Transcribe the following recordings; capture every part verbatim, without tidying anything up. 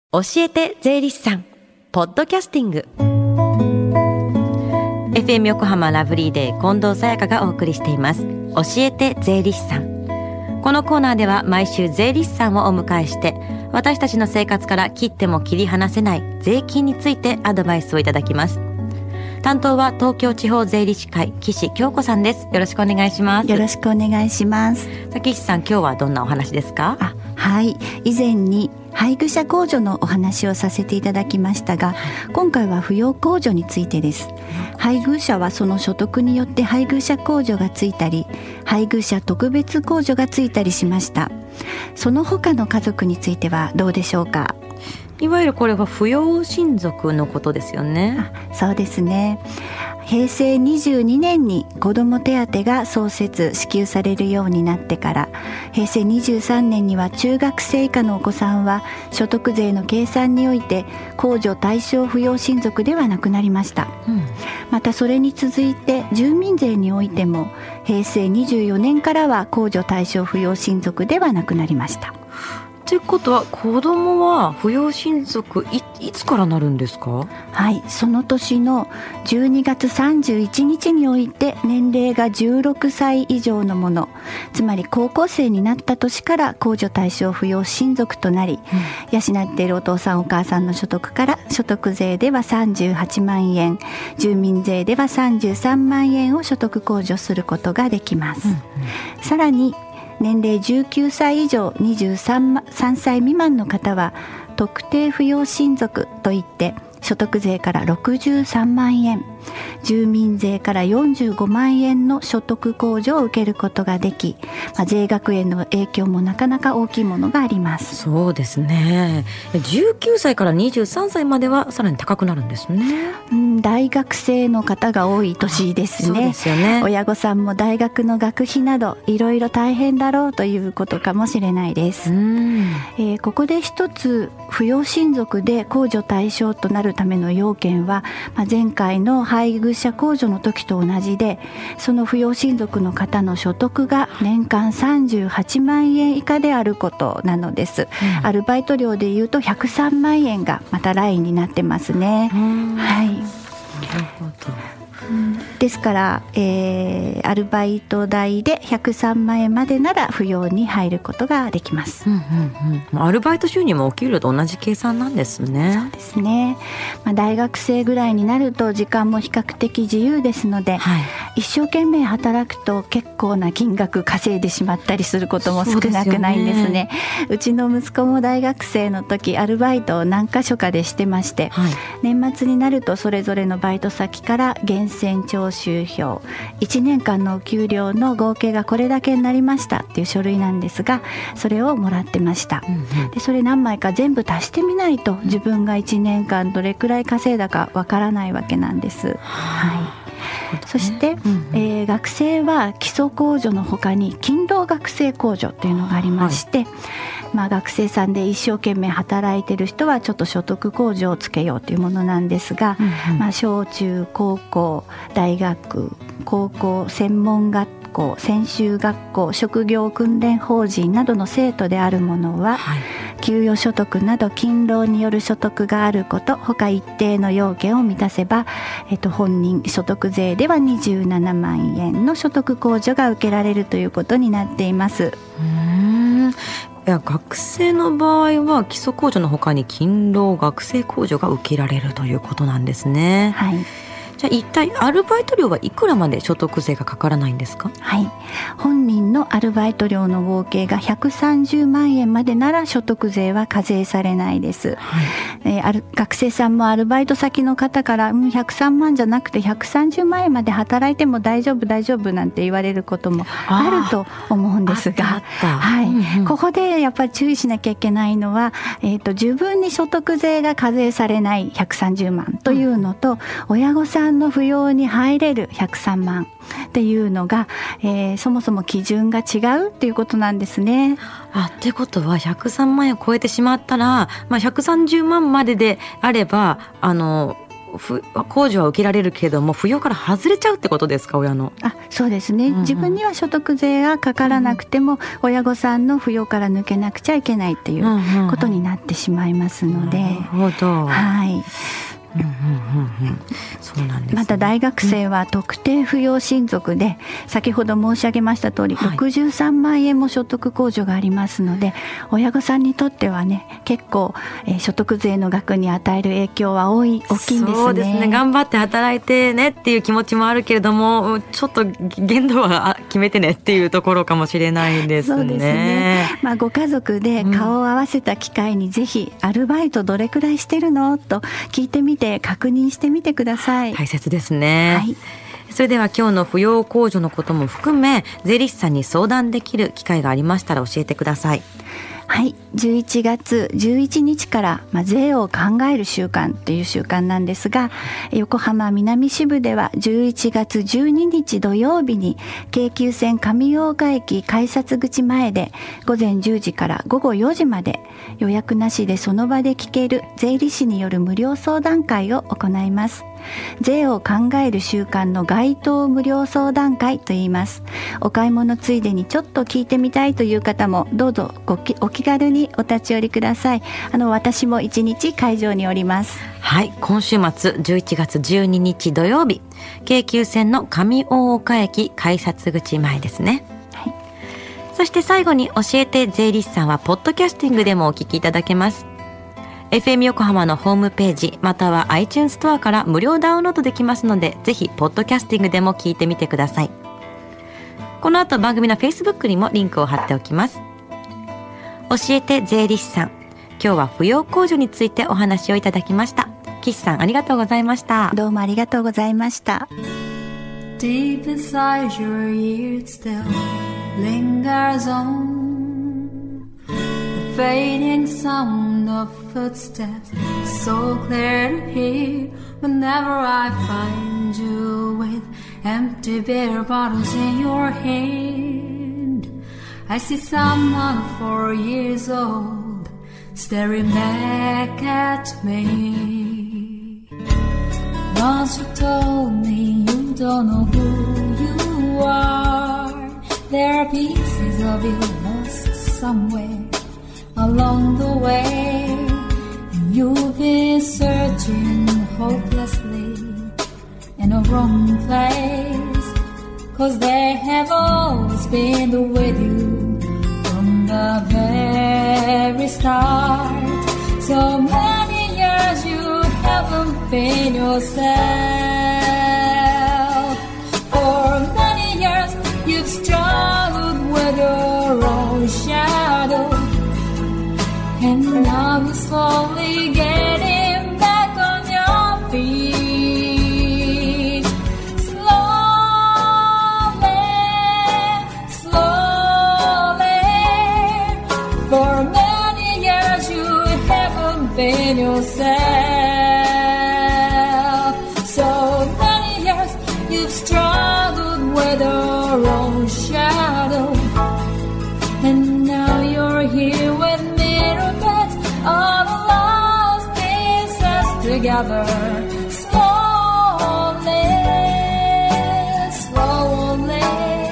教えて税理士さんポッドキャスティング エフエム 横浜ラブリーデー近藤沙耶香がお送りしています。教えて税理士さん。このコーナーでは毎週税理士さんをお迎えして私たちの生活から切っても切り離せない税金についてアドバイスをいただきます。担当は東京地方税理士会岸京子さんです。よろしくお願いします。 よろしくお願いします。 岸さん、今日はどんなお話ですか？ あはい、以前に配偶者控除のお話をさせていただきましたが、今回は扶養控除についてです。配偶者はその所得によって配偶者控除がついたり配偶者特別控除がついたりしました。その他の家族についてはどうでしょうか？ いわゆるこれは扶養親族のことですよね。 あ、そうですね。へいせいにじゅうにねんに子ども手当が創設支給されるようになってからへいせいにじゅうさんねんには中学生以下のお子さんは所得税の計算において控除対象扶養親族ではなくなりました、うん、またそれに続いて住民税においてもへいせいにじゅうよねんからは控除対象扶養親族ではなくなりました。 ということは子どもは扶養親族 い, いつからなるんですか？ はい、その年のじゅうにがつさんじゅういちにちにおいて年齢がじゅうろくさい以上のもの、つまり高校生になった年から控除対象扶養親族となり、うん、養っているお父さんお母さんの所得から所得税ではさんじゅうはちまんえん、住民税ではさんじゅうさんまんえんを所得控除することができます、うんうん、さらに年齢じゅうきゅうさい以上にじゅうさんさい未満の方は特定扶養親族といって所得税からろくじゅうさんまんえん、住民税からよんじゅうごまんえんの所得控除を受けることができ、まあ、税額への影響もなかなか大きいものがあります。 そうですね。じゅうきゅうさいからにじゅうさんさいまではさらに高くなるんですね、 うん、大学生の方が多い年ですね。 そうですよね。 親御さんも大学の学費などいろいろ大変だろうということかもしれないです。うん、えー、ここで一つ扶養親族で控除対象となるための要件は、まあ、前回の配偶者控除の時と同じで、その扶養親族の方の所得が年間さんじゅうはちまんえん以下であることなのです、うん、アルバイト料でいうとひゃくさんまんえんがまたラインになってますね。はい、なるほど。ですから、えー、アルバイト代でひゃくさんまんえんまでなら扶養に入ることができます、うんうんうん、アルバイト収入もお給料と同じ計算なんですね。 そうですね、まあ、大学生ぐらいになると時間も比較的自由ですので、はい、一生懸命働くと結構な金額稼いでしまったりすることも少なくないんですね。うちの息子も大学生の時アルバイトを何か所かでしてまして、はい、年末になるとそれぞれのバイト先から源泉徴収票、いちねんかんのお給料の合計がこれだけになりましたっていう書類なんですが、それをもらってました、うんうん、でそれ何枚か全部足してみないと自分がいちねんかんどれくらい稼いだかわからないわけなんです、はい、そして、うんうんえー、学生は基礎控除の他に勤労学生控除というのがありまして、はい、まあ、学生さんで一生懸命働いている人はちょっと所得控除をつけようというものなんですが、うんうんまあ、小中高校大学高校専門学校専修学校職業訓練法人などの生徒であるものは、はい、給与所得など勤労による所得があること他一定の要件を満たせば、えっと、本人所得税ではにじゅうななまんえんの所得控除が受けられるということになっています。うーん、いや学生の場合は基礎控除の他に勤労学生控除が受けられるということなんですね。はい。じゃあ一体アルバイト料はいくらまで所得税がかからないんですか？ はい、本人のアルバイト料の合計がひゃくさんじゅうまんえんまでなら所得税は課税されないです、はいえー、ある学生さんもアルバイト先の方から、うん、ひゃくさんまんじゃなくてひゃくさんじゅうまんえんまで働いても大丈夫大丈夫なんて言われることもあると思うんですが、はいうんうん、ここでやっぱり注意しなきゃいけないのは、えーと、自分に所得税が課税されないひゃくさんじゅうまんというのと、うん、親御さんの扶養に入れるひゃくさんまんっていうのが、えー、そもそも基準が違うっていうことなんですね。 あってことはひゃくさんまんえんを超えてしまったら、まあ、ひゃくさんじゅうまんまでであればあの控除は受けられるけれども扶養から外れちゃうってことですか、親の。 あ、そうですね、うんうん、自分には所得税がかからなくても、うん、親御さんの扶養から抜けなくちゃいけないっていうことになってしまいますので、うんうん、なるほど、はい、うんうんうんうん、そうなんですね。また大学生は特定扶養親族で、うん、先ほど申し上げました通り、はい、ろくじゅうさんまんえんも所得控除がありますので、親御さんにとってはね、結構、えー、所得税の額に与える影響は多い大きいんですね。 そうですね、頑張って働いてねっていう気持ちもあるけれども、ちょっと限度は決めてねっていうところかもしれないですね。 そうですね、まあ、ご家族で顔を合わせた機会にぜひ、アルバイトどれくらいしてるのと聞いてみて確認してみてください。 大切ですね、はい。それでは今日の扶養控除のことも含め、税理士さんに相談できる機会がありましたら教えてください。 はい、じゅういちがつじゅういちにちから、まあ、税を考える週間という週間なんですが、横浜南支部ではじゅういちがつじゅうににち土曜日に京急線上大岡駅改札口前でごぜんじゅうじからごごよじまで、予約なしでその場で聞ける税理士による無料相談会を行います。税を考える習慣の該当無料相談会と言います。お買い物ついでにちょっと聞いてみたいという方も、どうぞごきお気軽にお立ち寄りください。あの私もいちにち会場におります。 はい、今週末じゅういちがつじゅうににち土曜日、京急線の上大岡駅改札口前ですね。はい、そして最後に教えて税理士さんはポッドキャスティングでもお聞きいただけます。エフエム 横浜のホームページまたは iTunes ストアから無料ダウンロードできますので、ぜひポッドキャスティングでも聞いてみてください。この後番組の Facebook にもリンクを貼っておきます。教えて税理士さん、今日は扶養控除についてお話をいただきました。岸さん、ありがとうございました。 どうもありがとうございました。 Deep inside your ears still lingers on fading sound of footsteps, so clear to hear whenever I find you with empty beer bottles in your hand. I see someone four years old staring back at me. Once you told me you don't know who you are, there are pieces of you lost somewhere.Along the way, you've been searching hopelessly in a wrong place, 'cause they have always been with you from the very start. So many years you haven't been yourself. For many years you've struggled with your own shadow.And now you're slowly getting back on your feet. Slowly, slowly. For many years you haven't been yourself. So many years you've struggled with your own shadow. And now you're here with me.All the lost pieces together, slowly, slowly,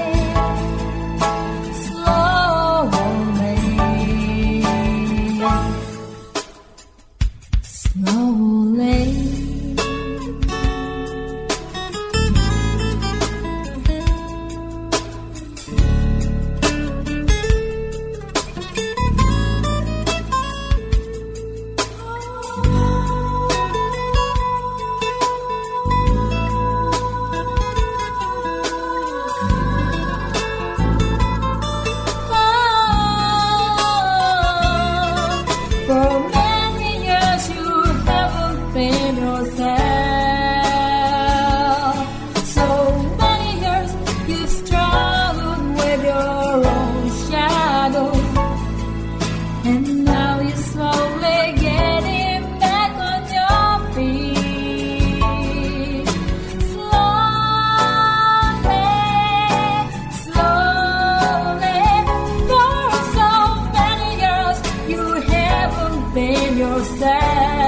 slowly, slowly.Yourself